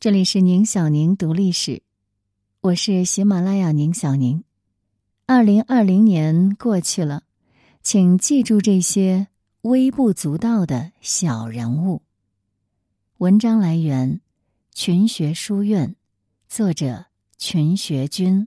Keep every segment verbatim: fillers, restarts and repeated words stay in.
这里是宁小宁读历史，我是喜马拉雅宁小宁。二零二零年过去了，请记住这些微不足道的小人物。文章来源群学书院，作者群学君。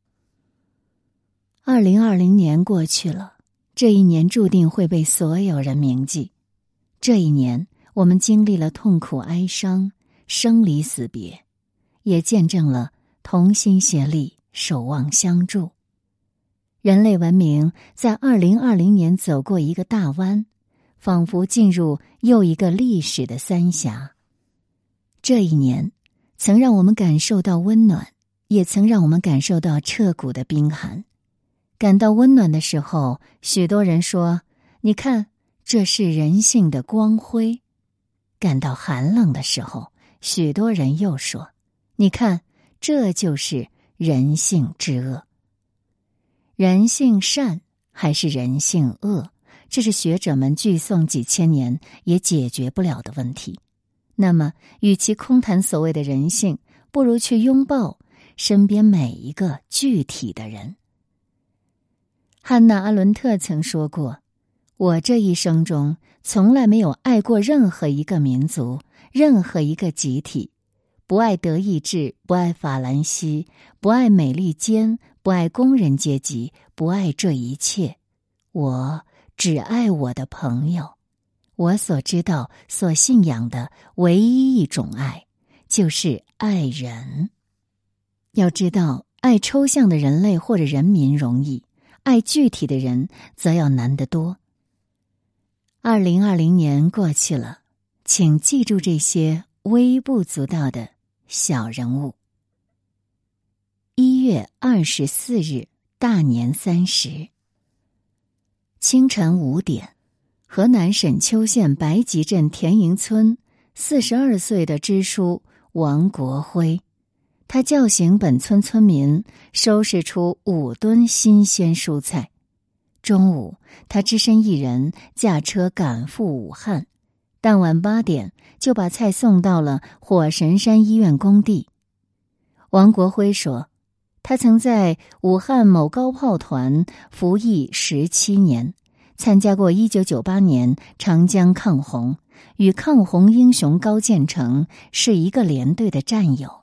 二零二零年过去了，这一年注定会被所有人铭记。这一年，我们经历了痛苦哀伤、生离死别，也见证了同心协力、守望相助。人类文明在二零二零年走过一个大弯，仿佛进入又一个历史的三峡。这一年曾让我们感受到温暖，也曾让我们感受到彻骨的冰寒。感到温暖的时候，许多人说，你看，这是人性的光辉。感到寒冷的时候，许多人又说，你看，这就是人性之恶。人性善还是人性恶，这是学者们据诵几千年也解决不了的问题。那么与其空谈所谓的人性，不如去拥抱身边每一个具体的人。汉娜·阿伦特曾说过，我这一生中从来没有爱过任何一个民族，任何一个集体，不爱德意志，不爱法兰西，不爱美利坚，不爱工人阶级，不爱这一切。我只爱我的朋友。我所知道、所信仰的唯一一种爱，就是爱人。要知道，爱抽象的人类或者人民容易，爱具体的人则要难得多。二零二零年过去了，请记住这些微不足道的小人物。一月二十四日，大年三十，清晨五点，河南沈丘县白集镇田营村四十二岁的支书王国辉，他叫醒本村村民，收拾出五吨新鲜蔬菜。中午，他只身一人驾车赶赴武汉，当晚八点就把菜送到了火神山医院工地。王国辉说，他曾在武汉某高炮团服役十七年，参加过一九九八年长江抗洪，与抗洪英雄高建成是一个连队的战友。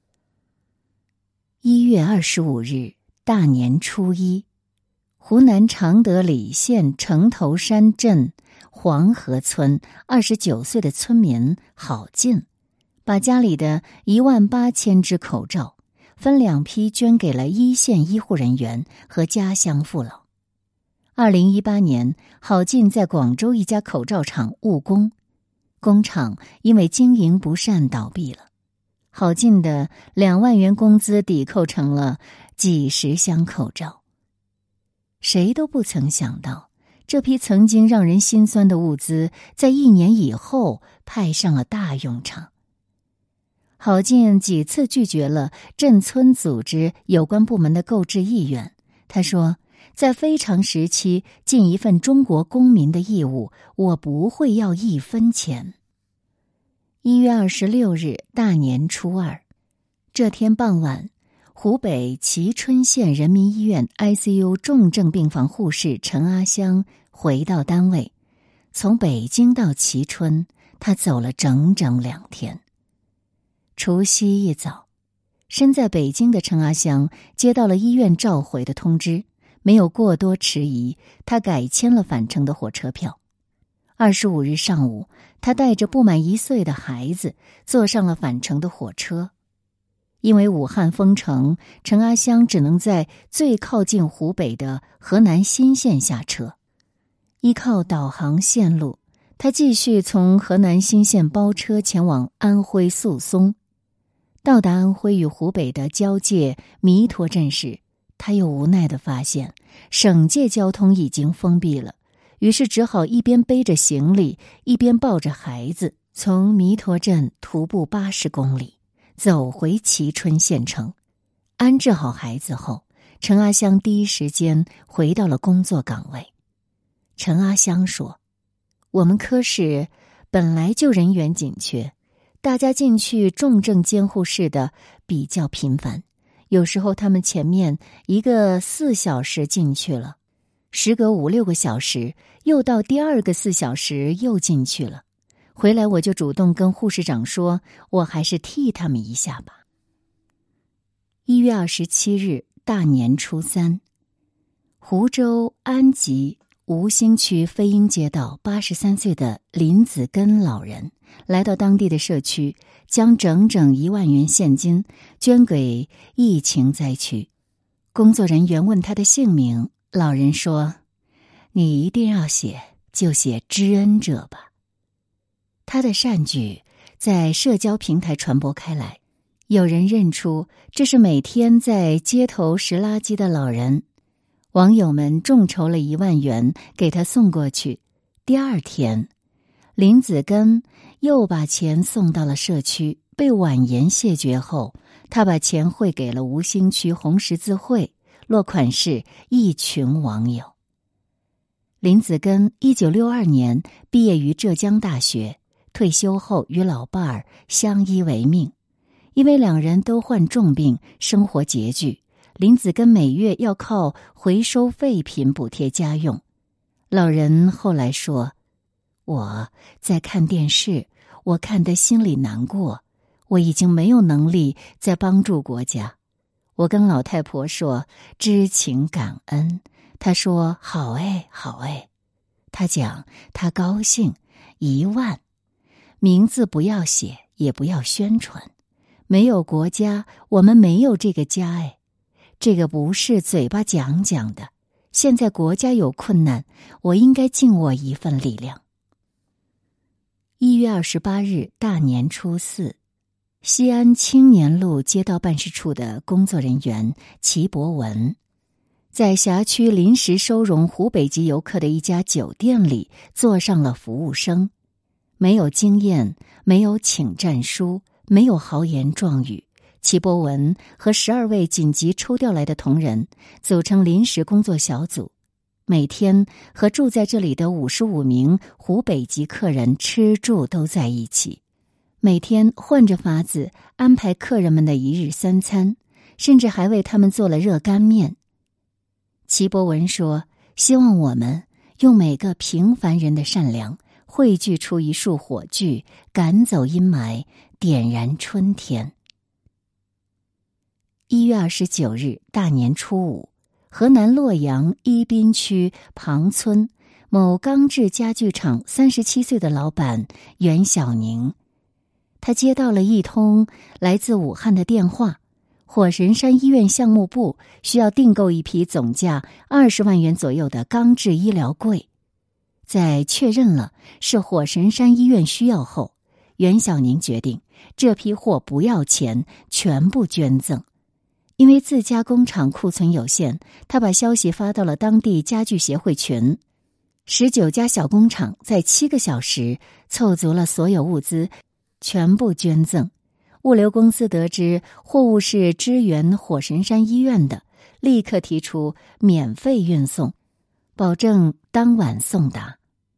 一月二十五日，大年初一，湖南常德里县城头山镇黄河村二十九岁的村民郝进，把家里的一万八千只口罩分两批捐给了一线医护人员和家乡父老。二零一八年，郝进在广州一家口罩厂务工，工厂因为经营不善倒闭了。郝进的两万元工资抵扣成了几十箱口罩。谁都不曾想到，这批曾经让人心酸的物资，在一年以后派上了大用场。郝进几次拒绝了镇村组织有关部门的购置意愿。他说，在非常时期尽一份中国公民的义务，我不会要一分钱。一月二十六日，大年初二，这天傍晚，湖北蕲春县人民医院 I C U 重症病房护士陈阿香回到单位。从北京到蕲春，她走了整整两天。除夕一早，身在北京的陈阿香接到了医院召回的通知，没有过多迟疑，她改签了返程的火车票。二十五日上午，她带着不满一岁的孩子坐上了返程的火车。因为武汉封城，陈阿香只能在最靠近湖北的河南新县下车。依靠导航线路，他继续从河南新县包车前往安徽宿松。到达安徽与湖北的交界弥陀镇时，他又无奈地发现省界交通已经封闭了，于是只好一边背着行李，一边抱着孩子，从弥陀镇徒步八十公里走回蕲春县城。安置好孩子后，陈阿香第一时间回到了工作岗位。陈阿香说，我们科室本来就人员紧缺， 大家进去重症监护室的比较频繁，有时候他们前面一个四小时进去了，时隔五六个小时又到第二个四小时又进去了。回来我就主动跟护士长说，我还是替他们一下吧。一月二十七日，大年初三，湖州安吉吴兴区飞鹰街道八十三岁的林子根老人来到当地的社区，将整整一万元现金捐给疫情灾区。工作人员问他的姓名，老人说：“你一定要写，就写知恩者吧。”他的善举在社交平台传播开来，有人认出这是每天在街头拾垃圾的老人。网友们众筹了一万元给他送过去。第二天，林子根又把钱送到了社区，被婉言谢绝后，他把钱汇给了吴兴区红十字会，落款是一群网友。林子根一九六二年毕业于浙江大学，退休后与老伴儿相依为命，因为两人都患重病，生活拮据。林子根每月要靠回收废品补贴家用。老人后来说：“我在看电视，我看得心里难过，我已经没有能力再帮助国家。”我跟老太婆说知情感恩，她说好哎好哎。她讲她高兴，一万，名字不要写，也不要宣传，没有国家，我们没有这个家哎。这个不是嘴巴讲讲的，现在国家有困难，我应该尽我一份力量。一月二十八日，大年初四，西安青年路街道办事处的工作人员齐博文，在辖区临时收容湖北籍游客的一家酒店里做上了服务生，没有经验，没有请战书，没有豪言壮语。齐博文和十二位紧急抽调来的同仁组成临时工作小组，每天和住在这里的五十五名湖北籍客人吃住都在一起，每天换着法子安排客人们的一日三餐，甚至还为他们做了热干面。齐博文说，希望我们用每个平凡人的善良汇聚出一束火炬，赶走阴霾，点燃春天。一月二十九日，大年初五，河南洛阳伊滨区庞村某钢制家具厂三十七岁的老板袁小宁，他接到了一通来自武汉的电话，火神山医院项目部需要订购一批总价二十万元左右的钢制医疗柜。在确认了是火神山医院需要后，袁小宁决定这批货不要钱，全部捐赠。因为自家工厂库存有限，他把消息发到了当地家具协会群。十九家小工厂在七个小时凑足了所有物资，全部捐赠。物流公司得知货物是支援火神山医院的，立刻提出免费运送，保证当晚送达。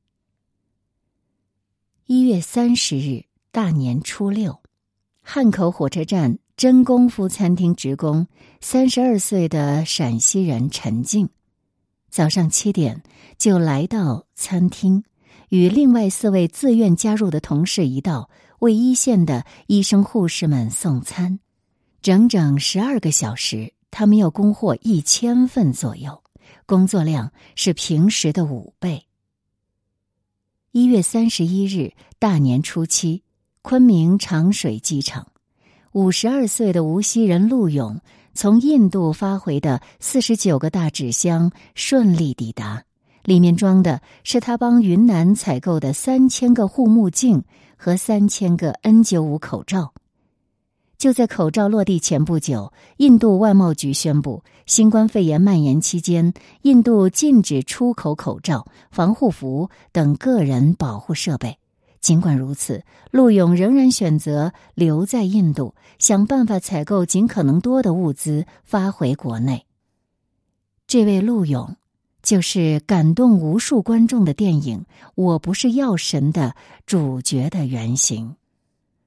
一月三十日，大年初六，汉口火车站真功夫餐厅职工三十二岁的陕西人陈静，早上七点就来到餐厅，与另外四位自愿加入的同事一道为一线的医生护士们送餐。整整十二个小时，他们要供货一千份左右，工作量是平时的五倍。一月三十一日，大年初七，昆明长水机场，五十二岁的无锡人陆勇从印度发回的四十九个大纸箱顺利抵达，里面装的是他帮云南采购的三千个护目镜和三千个 N 九十五 口罩。就在口罩落地前不久，印度外贸局宣布，新冠肺炎蔓延期间，印度禁止出口口罩、防护服等个人保护设备。尽管如此，陆勇仍然选择留在印度，想办法采购尽可能多的物资发回国内。这位陆勇就是感动无数观众的电影《我不是药神》的主角的原型。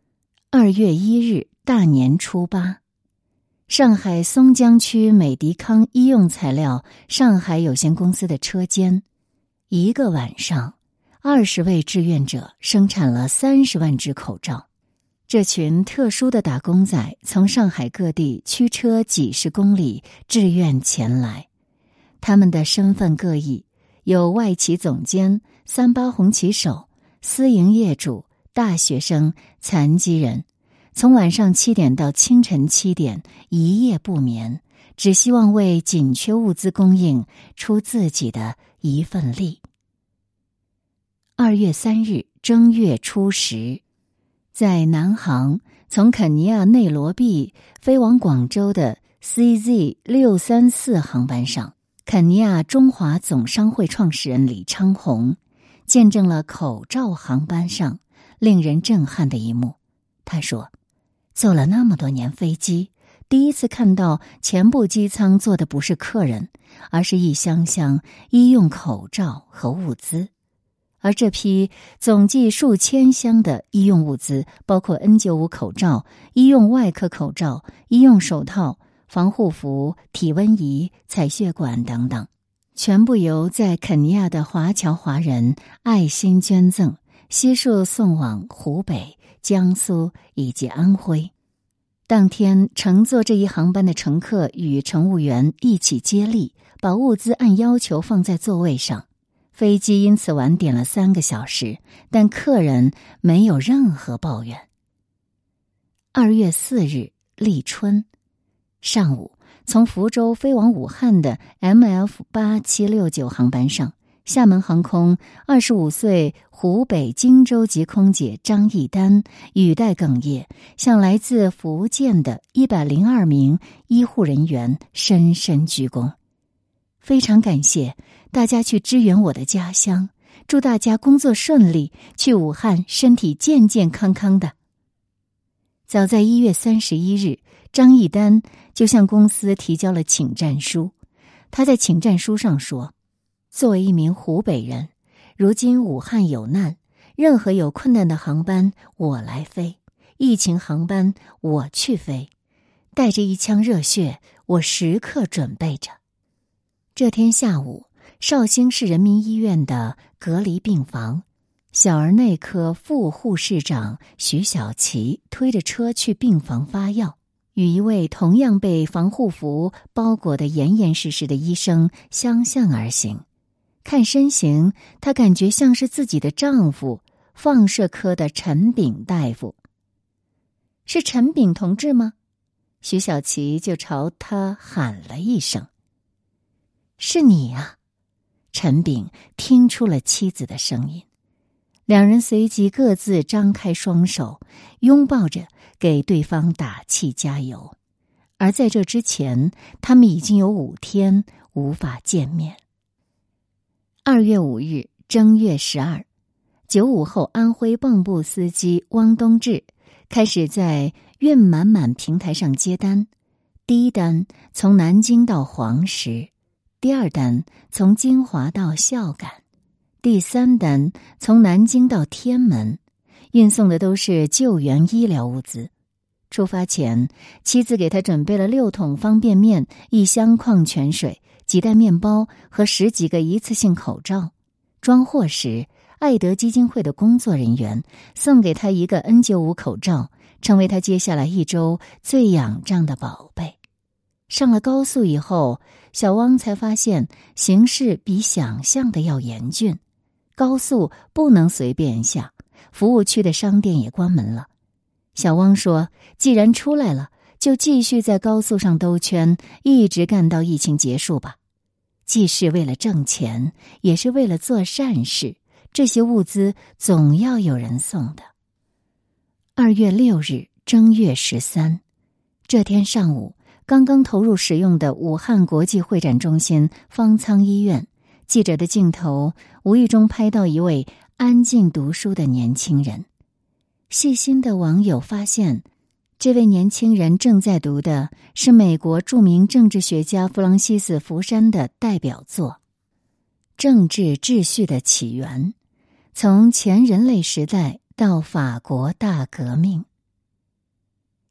二月一日，大年初八，上海松江区美迪康医用材料上海有限公司的车间，一个晚上，二十位志愿者生产了三十万只口罩。这群特殊的打工仔从上海各地驱车几十公里志愿前来，他们的身份各异，有外企总监、三八红旗手、私营业主、大学生、残疾人，从晚上七点到清晨七点，一夜不眠，只希望为紧缺物资供应出自己的一份力。二月三日，正月初十，在南航从肯尼亚内罗毕飞往广州的 C Z 六三四航班上，肯尼亚中华总商会创始人李昌宏见证了口罩航班上令人震撼的一幕。他说，坐了那么多年飞机，第一次看到前部机舱坐的不是客人，而是一箱箱医用口罩和物资。而这批总计数千箱的医用物资，包括 N 九十五 口罩、医用外科口罩、医用手套、防护服、体温仪、采血管等等，全部由在肯尼亚的华侨华人爱心捐赠，悉数送往湖北、江苏以及安徽。当天乘坐这一航班的乘客与乘务员一起接力，把物资按要求放在座位上。飞机因此晚点了三个小时，但客人没有任何抱怨。二月四日，立春，上午，从福州飞往武汉的 M F 八七六九 航班上，厦门航空二十五岁湖北荆州籍空姐张艺丹语带哽咽，向来自福建的一百零二名医护人员深深鞠躬。非常感谢大家去支援我的家乡，祝大家工作顺利，去武汉身体健健康康的。早在一月三十一日，张艺丹就向公司提交了请战书。他在请战书上说，作为一名湖北人，如今武汉有难，任何有困难的航班我来飞，疫情航班我去飞，带着一腔热血，我时刻准备着。这天下午，绍兴市人民医院的隔离病房，小儿内科副护士长徐小琪推着车去病房发药，与一位同样被防护服包裹得严严实实的医生相向而行。看身形，他感觉像是自己的丈夫，放射科的陈炳大夫。是陈炳同志吗？徐小琪就朝他喊了一声。是你啊！陈炳听出了妻子的声音，两人随即各自张开双手，拥抱着给对方打气加油。而在这之前，他们已经有五天无法见面。二月五日，正月十二，九五后安徽蚌埠司机汪东志开始在运满满平台上接单。第一单从南京到黄石，第二单从金华到孝感，第三单从南京到天门，运送的都是救援医疗物资。出发前，妻子给他准备了六桶方便面、一箱矿泉水、几袋面包和十几个一次性口罩。装货时，爱德基金会的工作人员送给他一个 N 九十五 口罩，成为他接下来一周最仰仗的宝贝。上了高速以后，小汪才发现形势比想象的要严峻。高速不能随便下，服务区的商店也关门了。小汪说，既然出来了，就继续在高速上兜圈，一直干到疫情结束吧。既是为了挣钱，也是为了做善事，这些物资总要有人送的。二月六日，正月十三，这天上午，刚刚投入使用的武汉国际会展中心方舱医院，记者的镜头无意中拍到一位安静读书的年轻人。细心的网友发现，这位年轻人正在读的是美国著名政治学家弗朗西斯·福山的代表作《政治秩序的起源》，从前人类时代到法国大革命。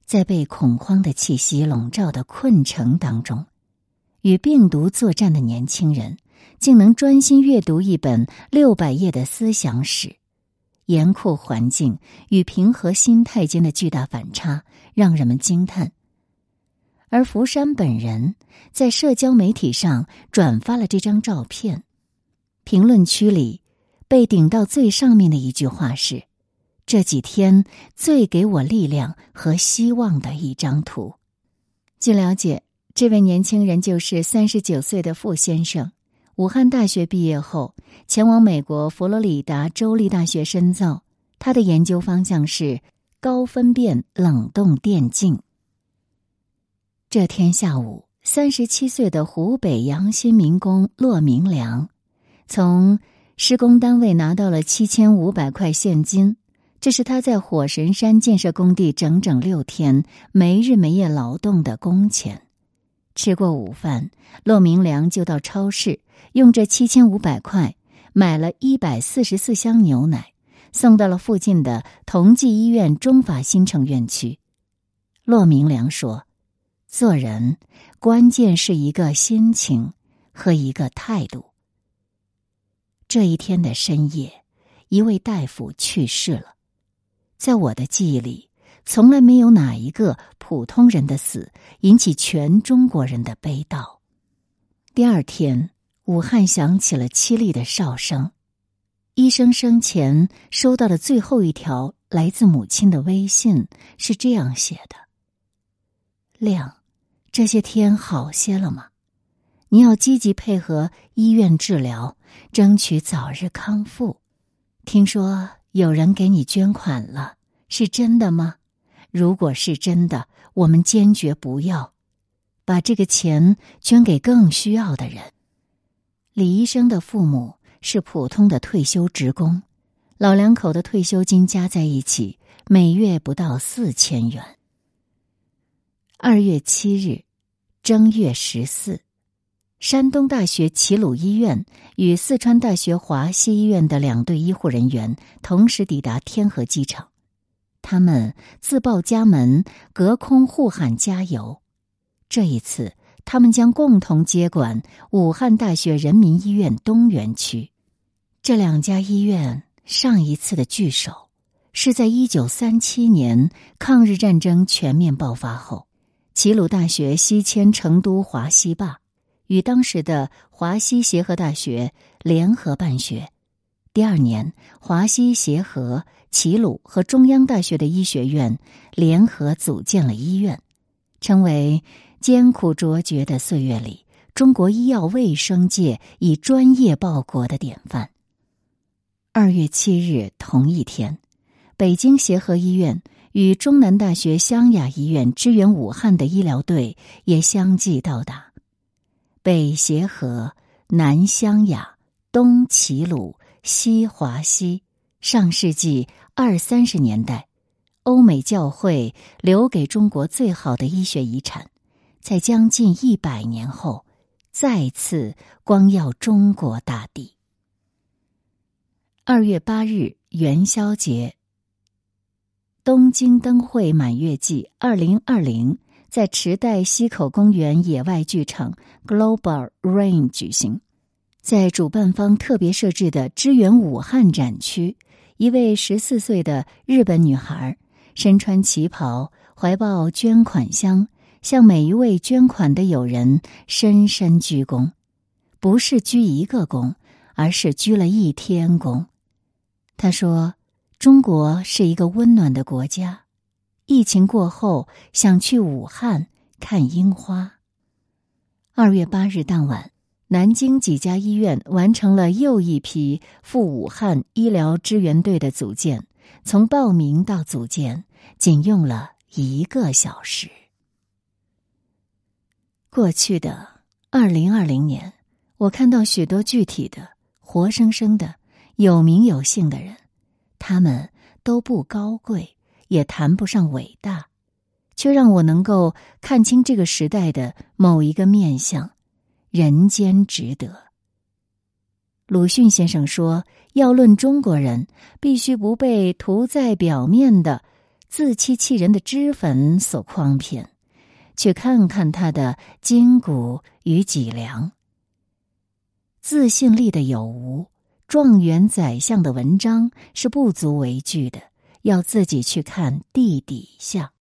在被恐慌的气息笼罩的困城当中，与病毒作战的年轻人竟能专心阅读一本六百页的思想史。严酷环境与平和心态间的巨大反差让人们惊叹。而福山本人在社交媒体上转发了这张照片，评论区里被顶到最上面的一句话是：这几天最给我力量和希望的一张图。据了解，这位年轻人就是三十九岁的傅先生。武汉大学毕业后，前往美国佛罗里达州立大学深造，他的研究方向是高分辨冷冻电镜。这天下午，三十七岁的湖北阳新民工骆明良从施工单位拿到了七千五百块现金，这是他在火神山建设工地整整六天没日没夜劳动的工钱。吃过午饭，骆明良就到超市用这七千五百块买了一百四十四箱牛奶，送到了附近的同济医院中法新城院区。骆明良说，做人关键是一个心情和一个态度。这一天的深夜，一位大夫去世了。在我的记忆里，从来没有哪一个普通人的死引起全中国人的悲悼。第二天，武汉响起了凄厉的哨声。医生生前收到的最后一条来自母亲的微信是这样写的：亮，这些天好些了吗？你要积极配合医院治疗，争取早日康复。听说有人给你捐款了，是真的吗？如果是真的，我们坚决不要，把这个钱捐给更需要的人。李医生的父母是普通的退休职工，老两口的退休金加在一起，每月不到四千元。二月七日，正月十四，山东大学齐鲁医院与四川大学华西医院的两队医护人员同时抵达天河机场。他们自报家门，隔空呼喊加油。这一次，他们将共同接管武汉大学人民医院东园区。这两家医院上一次的聚首，是在一九三七年抗日战争全面爆发后，齐鲁大学西迁成都华西坝，与当时的华西协和大学联合办学。第二年，华西协和、齐鲁和中央大学的医学院联合组建了医院，成为艰苦卓绝的岁月里中国医药卫生界以专业报国的典范。二月七日同一天，北京协和医院与中南大学湘雅医院支援武汉的医疗队也相继到达。北协和、南湘雅、东齐鲁、西华西，上世纪二三十年代，欧美教会留给中国最好的医学遗产，在将近一百年后，再次光耀中国大地。二月八日元宵节，东京灯会满月季二零二零在池袋西口公园野外剧场 Global Rain 举行。在主办方特别设置的支援武汉展区，一位十四岁的日本女孩身穿旗袍，怀抱捐款箱，向每一位捐款的友人深深鞠躬，不是鞠一个躬，而是鞠了一天躬。她说，中国是一个温暖的国家，疫情过后想去武汉看樱花。二月八日当晚，南京几家医院完成了又一批赴武汉医疗支援队的组建，从报名到组建仅用了一个小时。过去的二零二零年，我看到许多具体的、活生生的、有名有姓的人，他们都不高贵，也谈不上伟大，却让我能够看清这个时代的某一个面相。人间值得。鲁迅先生说，要论中国人，必须不被涂在表面的自欺欺人的脂粉所诓骗，去看看他的筋骨与脊梁。自信力的有无，状元宰相的文章是不足为惧的，要自己去看地底下。